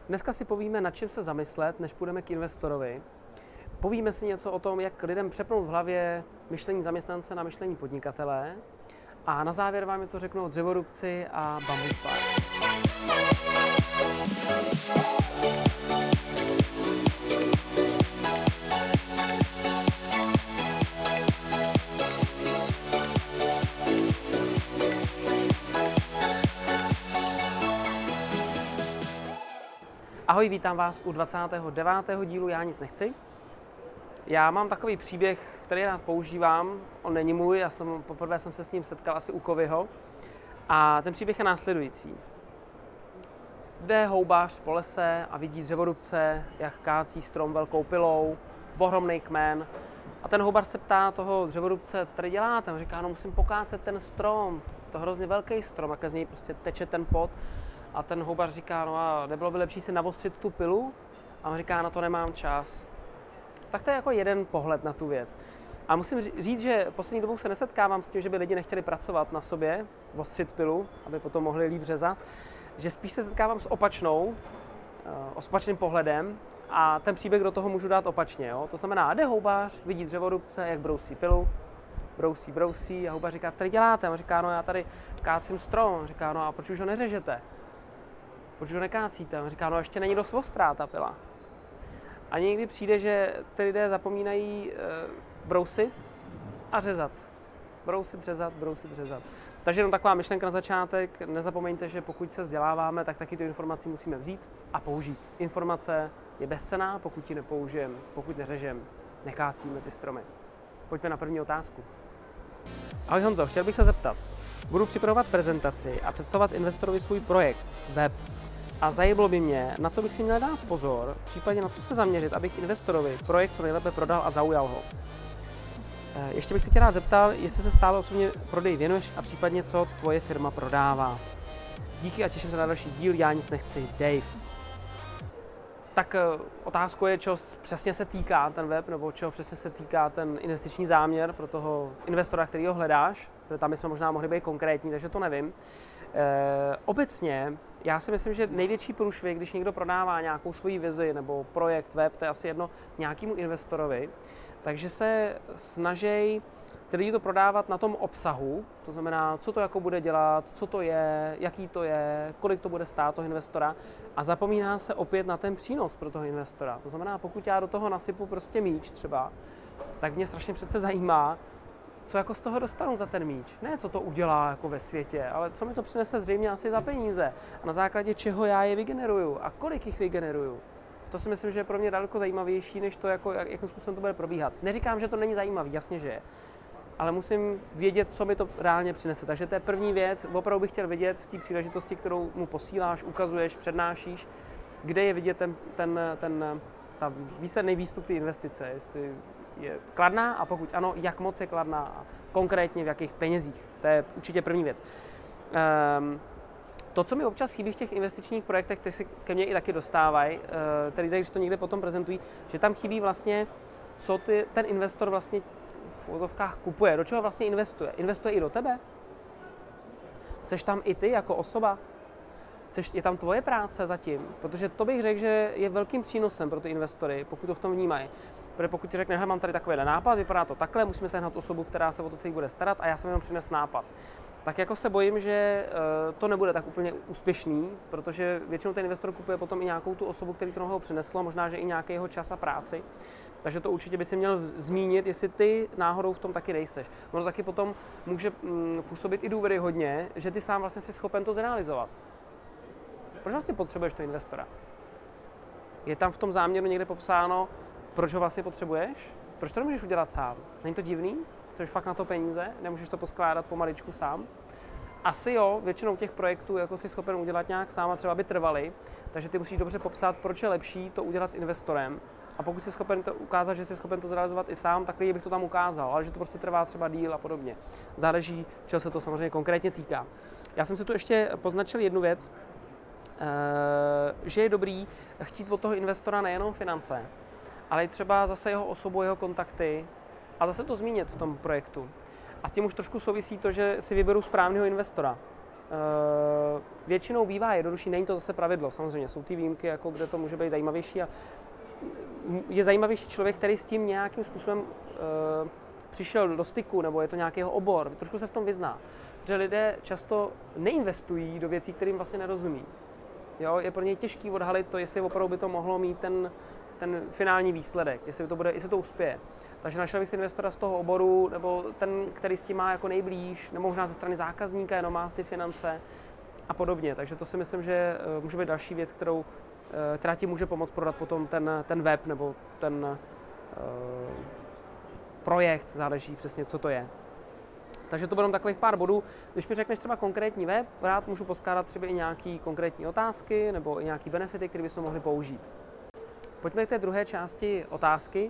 Dneska si povíme, nad čím se zamyslet, než půjdeme k investorovi. Povíme si něco o tom, jak lidem přepnout v hlavě myšlení zaměstnance na myšlení podnikatele. A na závěr vám něco řeknu o dřevorubci a Bambus Bar. Ahoj, vítám vás u 29. dílu Já nic nechci. Já mám takový příběh, který rád používám, on není můj, poprvé jsem se s ním setkal asi u Kovyho. A ten příběh je následující. Jde houbář po lese a vidí dřevorubce, jak kácí strom velkou pilou, ohromný kmen. A ten houbář se ptá toho dřevorubce, co tady děláte? On říká, no musím pokácet ten strom, to je hrozně velký strom, jak z něj prostě teče ten pot. A ten houbař říká, no a nebylo by lepší si navostřit tu pilu? A on říká, na to nemám čas. Tak to je jako jeden pohled na tu věc. A musím říct, že poslední dobou se nesetkávám s tím, že by lidi nechtěli pracovat na sobě, ostřit pilu, aby potom mohli líp řezat, že spíš se setkávám s opačným pohledem a ten příběh do toho můžu dát opačně. Jo? To znamená, jde houbář, vidí dřevorubce, jak brousí pilu, brousí a houbař říká, co tady děláte? A on říká, no já tady kácím strom. On říká, no a proč už ho neřežete? Proč ho nekácíte? On říká, no ještě není dost ostrá ta pila. A někdy přijde, že ty lidé zapomínají brousit a řezat. Brousit, řezat. Takže jenom taková myšlenka na začátek. Nezapomeňte, že pokud se vzděláváme, tak taky tu informaci musíme vzít a použít. Informace je bezcenná, pokud ji nepoužijeme, pokud neřežeme, nekácíme ty stromy. Pojďme na první otázku. Ahoj Honzo, chtěl bych se zeptat. Budu připravovat prezentaci a představovat investorovi svůj projekt, web. A zajímalo by mě, na co bych si měl dát pozor, případně na co se zaměřit, abych investorovi projekt co nejlépe prodal a zaujal ho. Ještě bych se tě rád zeptal, jestli se stále osobně prodej věnuješ a případně co tvoje firma prodává. Díky a těším se na další díl, já nic nechci, Dave. Tak otázkou je, čeho přesně se týká ten web, nebo čeho přesně se týká ten investiční záměr pro toho investora, který ho hledáš, protože tam bychom možná mohli být konkrétní, takže to nevím. Obecně, já si myslím, že největší průšvih, když někdo prodává nějakou svoji vizi nebo projekt, web, to je asi jedno, nějakému investorovi, takže se snaží ty lidi to prodávat na tom obsahu, to znamená, co to jako bude dělat, co to je, jaký to je, kolik to bude stát toho investora a zapomíná se opět na ten přínos pro toho investora. To znamená, pokud já do toho nasypu prostě míč třeba, tak mě strašně přece zajímá, co jako z toho dostanu za ten míč. Ne, co to udělá jako ve světě, ale co mi to přinese zřejmě asi za peníze a na základě čeho já je vygeneruju a kolik jich vygeneruju. To si myslím, že je pro mě daleko zajímavější, než to, jakým způsobem to bude probíhat. Neříkám, že to není zajímavý, jasně, že je. Ale musím vědět, co mi to reálně přinese. Takže to je první věc. Opravdu bych chtěl vidět v té příležitosti, kterou mu posíláš, ukazuješ, přednášíš, kde je vidět ta výsledný výstup té investice. Jestli je kladná a pokud ano, jak moc je kladná a konkrétně v jakých penězích. To je určitě první věc. To, co mi občas chybí v těch investičních projektech, ty si ke mně i taky dostávají, tedy když to někde potom prezentují, že tam chybí vlastně, co ten investor vlastně v úvodovkách kupuje, do čeho vlastně investuje. Investuje i do tebe? Seš tam i ty jako osoba? Je tam tvoje práce zatím? Protože to bych řekl, že je velkým přínosem pro ty investory, pokud to v tom vnímají. Protože pokud ti řekne, mám tady takovýhle nápad, vypadá to takhle, musíme sehnat osobu, která se o to celý bude starat a já jsem jenom přines nápad. Tak jako se bojím, že to nebude tak úplně úspěšný, protože většinou ten investor kupuje potom i nějakou tu osobu, který to noho přineslo, možná, že i nějaký jeho čas a práci. Takže to určitě by si měl zmínit, jestli ty náhodou v tom taky nejseš. Ono taky potom může působit i důvěryhodně, že ty sám vlastně jsi schopen to zrealizovat. Proč vlastně potřebuješ toho investora? Je tam v tom záměru někde popsáno, proč ho vlastně potřebuješ? Proč to nemůžeš udělat sám? Není to divný? Chceš fakt na to peníze? Nemůžeš to poskládat pomaličku sám? Asi jo, většinou těch projektů jako jsi schopen udělat nějak sám a třeba by trvaly, takže ty musíš dobře popsat, proč je lepší to udělat s investorem. A pokud jsi schopen to ukázat, že jsi schopen to zrealizovat i sám, tak bych to tam ukázal, ale že to prostě trvá třeba díl a podobně. Záleží, čeho se to samozřejmě konkrétně týká. Já jsem si tu ještě poznačil jednu věc, že je dobrý chtít od toho investora nejenom finance, ale i třeba zase jeho osobu, jeho kontakty a zase to zmínit v tom projektu. A s tím už trošku souvisí to, že si vyberu správného investora. Většinou bývá jednodušší, není to zase pravidlo, samozřejmě jsou ty výjimky, jako kde to může být zajímavější a je zajímavější člověk, který s tím nějakým způsobem přišel do styku, nebo je to nějaký jeho obor, trošku se v tom vyzná. Protože lidé často neinvestují do věcí, kterým vlastně nerozumí. Jo, je pro něj těžký odhalit to, jestli opravdu by to mohlo mít ten finální výsledek, jestli to uspěje. Takže našel bych si investora z toho oboru, nebo ten, který s tím má jako nejblíž, nebo možná ze strany zákazníka, jenom má ty finance a podobně. Takže to si myslím, že může být další věc, která ti může pomoct prodat potom ten web nebo ten projekt, záleží přesně, co to je. Takže to bylo takových pár bodů. Když mi řekneš třeba konkrétní web, rád můžu poskládat třeba i nějaké konkrétní otázky nebo i nějaké benefity, které bychom mohli použít. Pojďme k té druhé části otázky.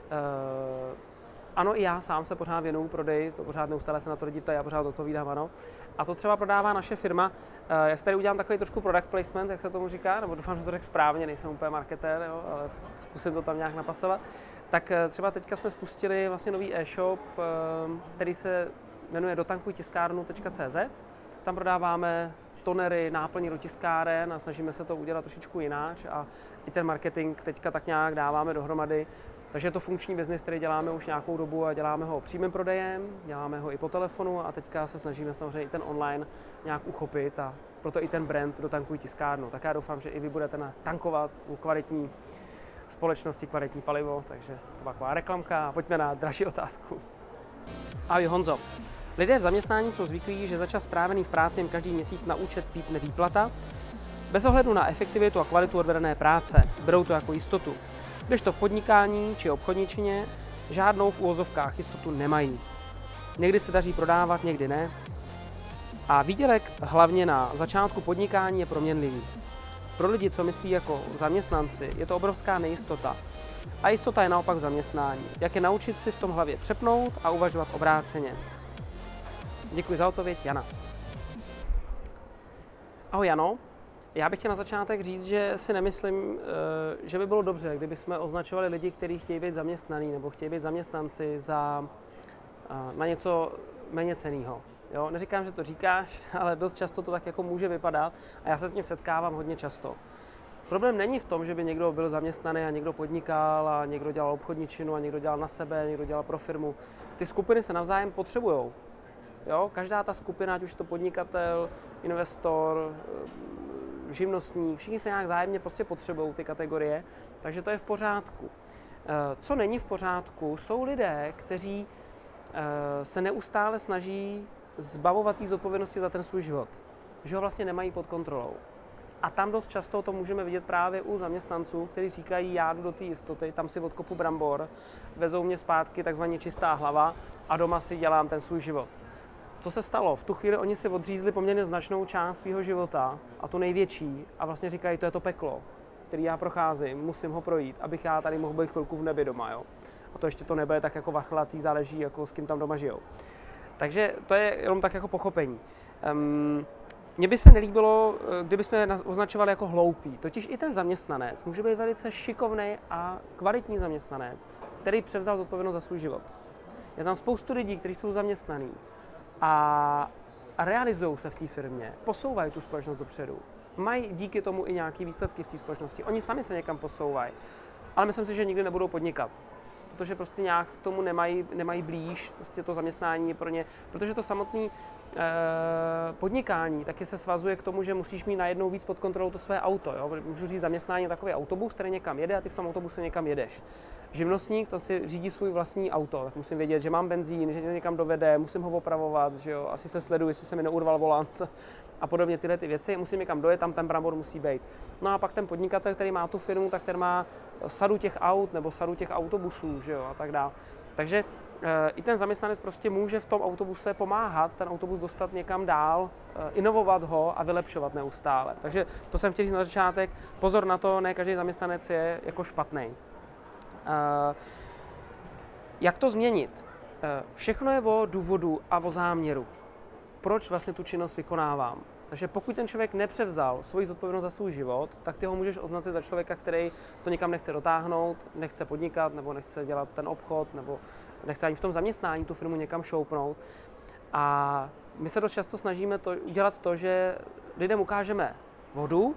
Ano, i já sám se pořád věnuju prodeji, to pořád neustále se na to lidi ptají, já pořád odpovídám ano. A to třeba prodává naše firma. Já si tady udělám takový trošku product placement, jak se tomu říká, nebo doufám, že to řekl správně, nejsem úplně marketér, jo, ale zkusím to tam nějak napasovat. Tak třeba teďka jsme spustili vlastně nový e-shop, který se jmenuje dotankujtiskárnu.cz. Tam prodáváme tonery, náplně do tiskáren a snažíme se to udělat trošičku jináč a i ten marketing teďka tak nějak dáváme dohromady. Takže je to funkční biznis, který děláme už nějakou dobu a děláme ho přímým prodejem, děláme ho i po telefonu a teďka se snažíme samozřejmě i ten online nějak uchopit a proto i ten brand Dotankuj tiskárnu. Tak já doufám, že i vy budete tankovat u kvalitní společnosti, kvalitní palivo, takže to byla taková reklamka a pojďme na dražší otázku. Ahoj Honzo. Lidé v zaměstnání jsou zvyklí, že za čas strávený v práci jim každý měsíc na účet pípne výplata, bez ohledu na efektivitu a kvalitu odvedené práce. Berou to jako jistotu. Kdežto v podnikání či obchodničině žádnou v úvozovkách jistotu nemají. Někdy se daří prodávat, někdy ne. A výdělek hlavně na začátku podnikání je proměnlivý. Pro lidi, co myslí jako zaměstnanci, je to obrovská nejistota. A jistota je naopak v zaměstnání. Jak je naučit si v tom hlavě přepnout a uvažovat obráceně. Děkuji za odpověď, Jana. Ahoj Jano. Já bych chtěl na začátek říct, že si nemyslím, že by bylo dobře, kdyby jsme označovali lidi, kteří chtějí být zaměstnaný nebo chtějí být zaměstnanci na něco méně cenného. Jo? Neříkám, že to říkáš, ale dost často to tak jako může vypadat a já se s tím setkávám hodně často. Problém není v tom, že by někdo byl zaměstnaný a někdo podnikal a někdo dělal obchodničinu a někdo dělal na sebe, někdo dělal pro firmu. Ty skupiny se navzájem potřebujou. Jo? Každá ta skupina, ať už je to podnikatel, investor, živnostník, všichni se nějak vzájemně prostě potřebují ty kategorie, takže to je v pořádku. Co není v pořádku, jsou lidé, kteří se neustále snaží zbavovat té zodpovědnosti za ten svůj život, že ho vlastně nemají pod kontrolou. A tam dost často to můžeme vidět právě u zaměstnanců, kteří říkají, já jdu do té jistoty, tam si odkopu brambor, vezou mě zpátky takzvaně čistá hlava a doma si dělám ten svůj život. Co se stalo? V tu chvíli oni si odřízli poměrně značnou část svého života a tu největší a vlastně říkají, to je to peklo, který já procházím, musím ho projít, abych já tady mohl být chvilku v nebi doma. Jo? A to ještě to nebe je tak jako vachlatý, záleží, jako s kým tam doma žijou. Takže to je jenom tak jako pochopení. Mně by se nelíbilo, kdybychom je označovali jako hloupý. Totiž i ten zaměstnanec může být velice šikovný a kvalitní zaměstnanec, který převzal zodpovědnost za svůj život. Je tam spoustu lidí, kteří jsou zaměstnaní a realizují se v té firmě, posouvají tu společnost dopředu. Mají díky tomu i nějaké výsledky v té společnosti. Oni sami se někam posouvají, ale myslím si, že nikdy nebudou podnikat. Protože prostě nějak k tomu nemají blíž, prostě to zaměstnání je pro ně, protože to samotné podnikání taky se svazuje k tomu, že musíš mít najednou víc pod kontrolou to své auto. Jo? Můžu říct, zaměstnání je takový autobus, který někam jede a ty v tom autobuse někam jedeš. Živnostník, to si řídí svůj vlastní auto, tak musím vědět, že mám benzín, že mě někam dovede, musím ho opravovat, že jo? Asi se sleduji, jestli se mi neurval volant a podobně tyhle ty věci, musím někam dojet, tam ten brambor musí být. No a pak ten podnikatel, který má tu firmu, tak ten má sadu těch aut nebo sadu těch autobusů, že jo? A tak dále. Takže i ten zaměstnanec prostě může v tom autobuse pomáhat, ten autobus dostat někam dál, inovovat ho a vylepšovat neustále. Takže to jsem chtěl říct na začátek, pozor na to, ne každý zaměstnanec je jako špatný. Jak to změnit? Všechno je o důvodu a o záměru. Proč vlastně tu činnost vykonávám? Takže pokud ten člověk nepřevzal svoji zodpovědnost za svůj život, tak ty ho můžeš označit za člověka, který to nikam nechce dotáhnout, nechce podnikat, nebo nechce dělat ten obchod, nebo nechce ani v tom zaměstnání tu firmu někam šoupnout. A my se dost často snažíme udělat to, že lidem ukážeme vodu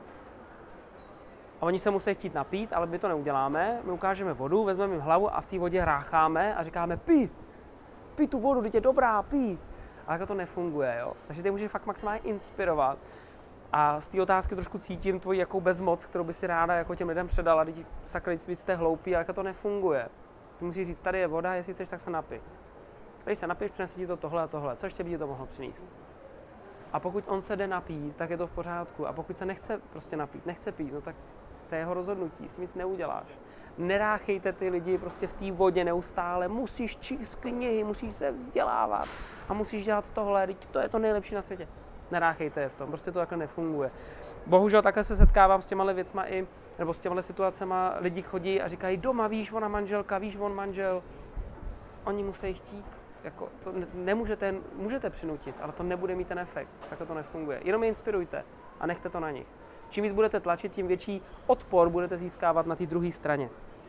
a oni se musí chtít napít, ale my to neuděláme. My ukážeme vodu, vezmeme jim hlavu a v té vodě rácháme a říkáme pij tu vodu, teď je dobrá, pij. Ale jako to nefunguje, jo. Takže ty můžeš fakt maximálně inspirovat. A z té otázky trošku cítím tvoji jakou bezmoc, kterou by si ráda jako těm lidem předala, když sakra, vy jste hloupí, ale jako to nefunguje. Ty musíš říct, tady je voda, jestli chceš, tak se napij. Když se napiješ, přinese ti to tohle a tohle. Co ještě by ti to mohlo přinést? A pokud on se jde napít, tak je to v pořádku. A pokud se nechce prostě napít, nechce pít, no tak to je jeho rozhodnutí, si nic neuděláš. Neráchejte ty lidi prostě v té vodě neustále, musíš číst knihy, musíš se vzdělávat a musíš dělat tohle, to je to nejlepší na světě. Neráchejte je v tom, prostě to takhle nefunguje. Bohužel takhle se setkávám s těma věcma nebo s těma situacema, lidi chodí a říkají doma, víš, ona manželka, víš, on manžel. Oni musí chtít, jako to můžete přinutit, ale to nebude mít ten efekt, takhle to nefunguje. Jenom je inspirujte a nechte to na nich. Čím víc budete tlačit, tím větší odpor budete získávat na té druhé straně.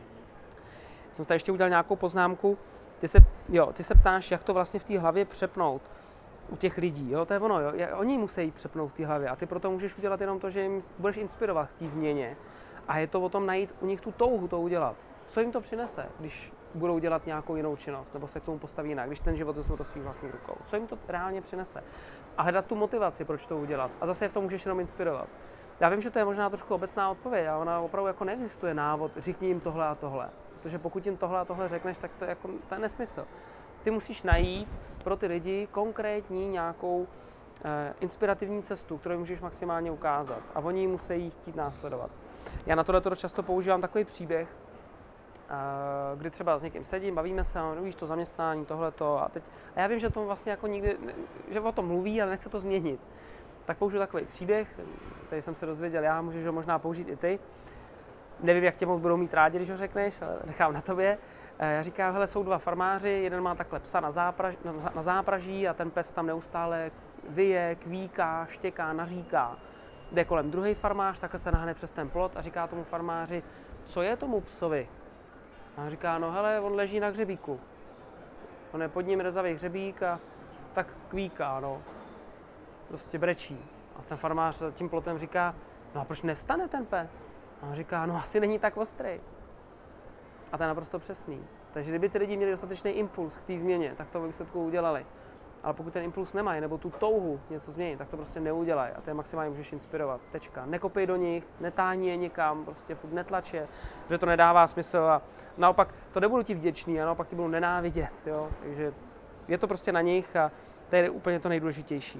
Jsem tady ještě udělal nějakou poznámku. Ty se ptáš, jak to vlastně v té hlavě přepnout u těch lidí. Jo? To je ono, jo? Oni musí přepnout v té hlavě a ty proto můžeš udělat jenom to, že jim budeš inspirovat k té změně a je to o tom najít u nich tu touhu to udělat. Co jim to přinese, když budou dělat nějakou jinou činnost nebo se k tomu postaví jinak, když ten život vezmou do svých vlastních rukou. Co jim to reálně přinese? A hledat tu motivaci, proč to udělat. A zase je v tom můžeš jenom inspirovat. Já vím, že to je možná trošku obecná odpověď, a ona opravdu jako neexistuje návod, řekni jim tohle a tohle. Protože pokud jim tohle a tohle řekneš, tak to je nesmysl. Ty musíš najít pro ty lidi konkrétní nějakou inspirativní cestu, kterou můžeš maximálně ukázat. A oni ji musí chtít následovat. Já na tohle často používám takový příběh, kdy třeba s někým sedím, bavíme se, víš, to zaměstnání, tohleto a já vím, že to vlastně jako nikdy, že o tom mluví, ale nechce to změnit. Tak použiju takový příběh, který jsem se dozvěděl já, můžeš ho možná použít i ty. Nevím, jak tě moc budou mít rádi, když ho řekneš, ale nechám na tobě. Já říkám, hele, jsou dva farmáři, jeden má takhle psa na zápraží a ten pes tam neustále vyje, kvíká, štěká, naříká. Jde kolem druhý farmář, takhle se nahne přes ten plot a říká tomu farmáři, co je tomu psovi? A on říká, no hele, on leží na hřebíku. On je pod ním rezavý hřebík a tak kvíká, no. Prostě brečí. A ten farmář tím plotem říká, no a proč nevstane ten pes? A on říká, no asi není tak ostrý. A to je naprosto přesný. Takže kdyby ty lidi měli dostatečný impuls k té změně, tak to ve výsledku udělali. Ale pokud ten impuls nemají, nebo tu touhu něco změnit, tak to prostě neudělají. A to je maximálně můžeš inspirovat. Tečka. Nekopej do nich, netáhni je nikam, prostě furt netlač je, protože to nedává smysl. A naopak to nebudu ti vděčný, a naopak ti budu nenávidět. Jo? Takže je to prostě na nich a to je úplně to nejdůležitější.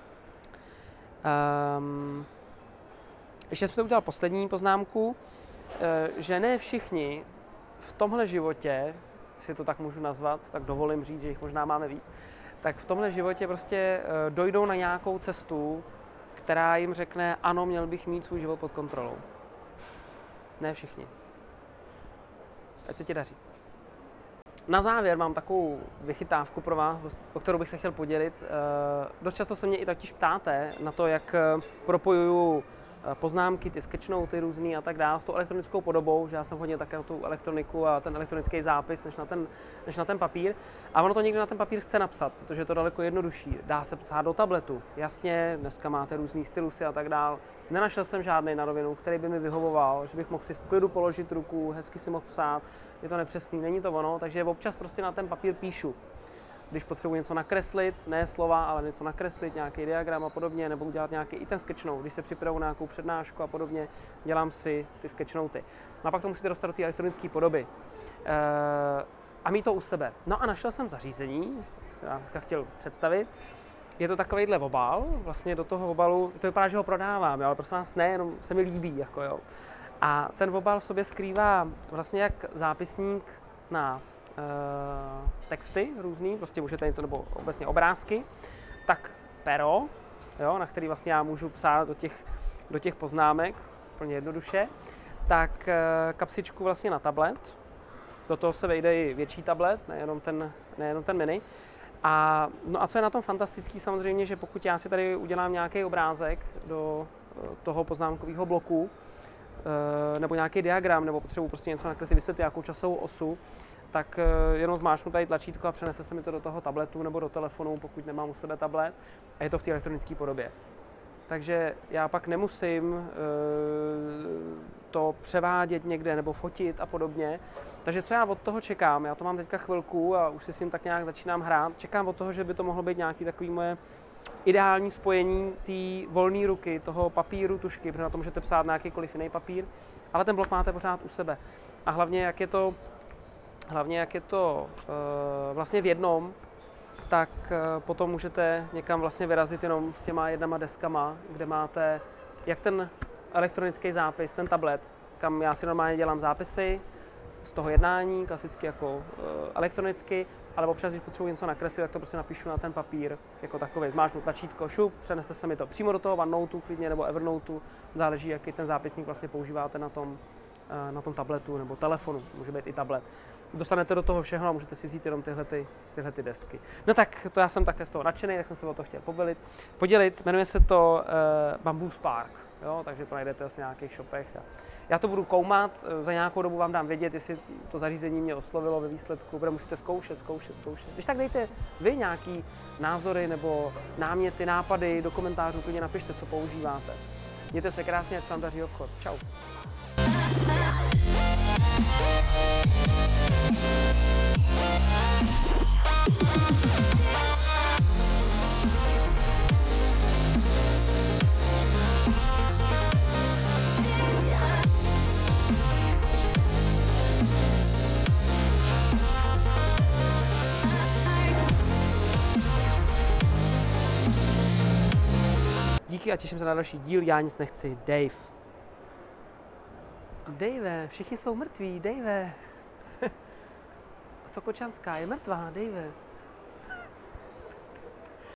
Ještě jsem si udělal poslední poznámku, že ne všichni v tomhle životě, si to tak můžu nazvat, tak dovolím říct, že jich možná máme víc, tak v tomhle životě prostě dojdou na nějakou cestu, která jim řekne, ano, měl bych mít svůj život pod kontrolou. Ne všichni. Ať se ti daří. Na závěr mám takovou vychytávku pro vás, o kterou bych se chtěl podělit. Dost často se mě i totiž ptáte na to, jak propojuju poznámky, ty sketchnoty různý a tak dále s tou elektronickou podobou, že já jsem hodně také na tu elektroniku a ten elektronický zápis než na ten papír. A ono to někdo na ten papír chce napsat, protože je to daleko jednodušší. Dá se psát do tabletu. Jasně, dneska máte různý stylusy a tak dále. Nenašel jsem žádný na rovinu, který by mi vyhovoval, že bych mohl si v klidu položit ruku, hezky si mohl psát. Je to nepřesný, není to ono, takže občas prostě na ten papír píšu. Když potřebuji něco nakreslit, ne slova, ale něco nakreslit, nějaký diagram a podobně, nebo udělat nějaký i ten sketchnote, když se připravuji na nějakou přednášku a podobně, dělám si ty sketchnoty. No a pak to musíte dostat do té elektronické podoby. A mít to u sebe. No a našel jsem zařízení, jsem dneska chtěl představit. Je to takovejhle obal, vlastně do toho obalu, to vypadá, že ho prodávám, jo, ale prosím vás ne, jenom se mi líbí, jako jo. A ten obal v sobě skrývá vlastně jak zápisník na texty různý, prostě můžete něco, nebo obecně obrázky, tak pero, jo, na který vlastně já můžu psát do těch poznámek, úplně jednoduše, tak kapsičku vlastně na tablet, do toho se vejde i větší tablet, nejenom ten mini. A co je na tom fantastický samozřejmě, že pokud já si tady udělám nějaký obrázek do toho poznámkového bloku, nebo nějaký diagram, nebo potřebuji prostě něco nakreslit, vysvětlit nějakou časovou osu, tak jenom zmáčknu tady tlačítko a přenese se mi to do toho tabletu nebo do telefonu, pokud nemám u sebe tablet, a je to v té elektronické podobě. Takže já pak nemusím to převádět někde nebo fotit a podobně. Takže co já od toho čekám? Já to mám teďka chvilku a už si s tím tak nějak začínám hrát. Čekám od toho, že by to mohlo být nějaký takový moje ideální spojení té volné ruky, toho papíru, tušky, protože na to můžete psát na jakýkoliv jiný papír, ale ten blok máte pořád u sebe. A hlavně, jak je to vlastně v jednom, tak potom můžete někam vlastně vyrazit jenom s těma jednama deskama, kde máte jak ten elektronický zápis, ten tablet, kam já si normálně dělám zápisy z toho jednání, klasicky jako elektronicky, ale občas, když potřebuji něco nakreslit, tak to prostě napíšu na ten papír jako takový. Zmáčknu tlačítko, šup, přenese se mi to přímo do toho OneNoteu klidně nebo Evernoteu, záleží, jaký ten zápisník vlastně používáte na tom tabletu nebo telefonu, může být i tablet. Dostanete do toho všeho a můžete si vzít jenom tyhle desky. No tak to já jsem také z toho nadšený, tak jsem se o to chtěl podělit. Jmenuje se to Bamboo Spark, jo, takže to najdete asi v nějakých shopech. Já to budu koumat, za nějakou dobu vám dám vědět, jestli to zařízení mě oslovilo ve výsledku, protože musíte zkoušet. Když tak dejte vy nějaký názory nebo náměty, nápady do komentářů, klidně napište, co používáte. Mějte se krásně, ať se vám daří obchod. Čau. Díky a těším se na další díl. Já nic nechci. Dave. Dave, všichni jsou mrtví, Dave. A co Kočanská je mrtvá, Dave.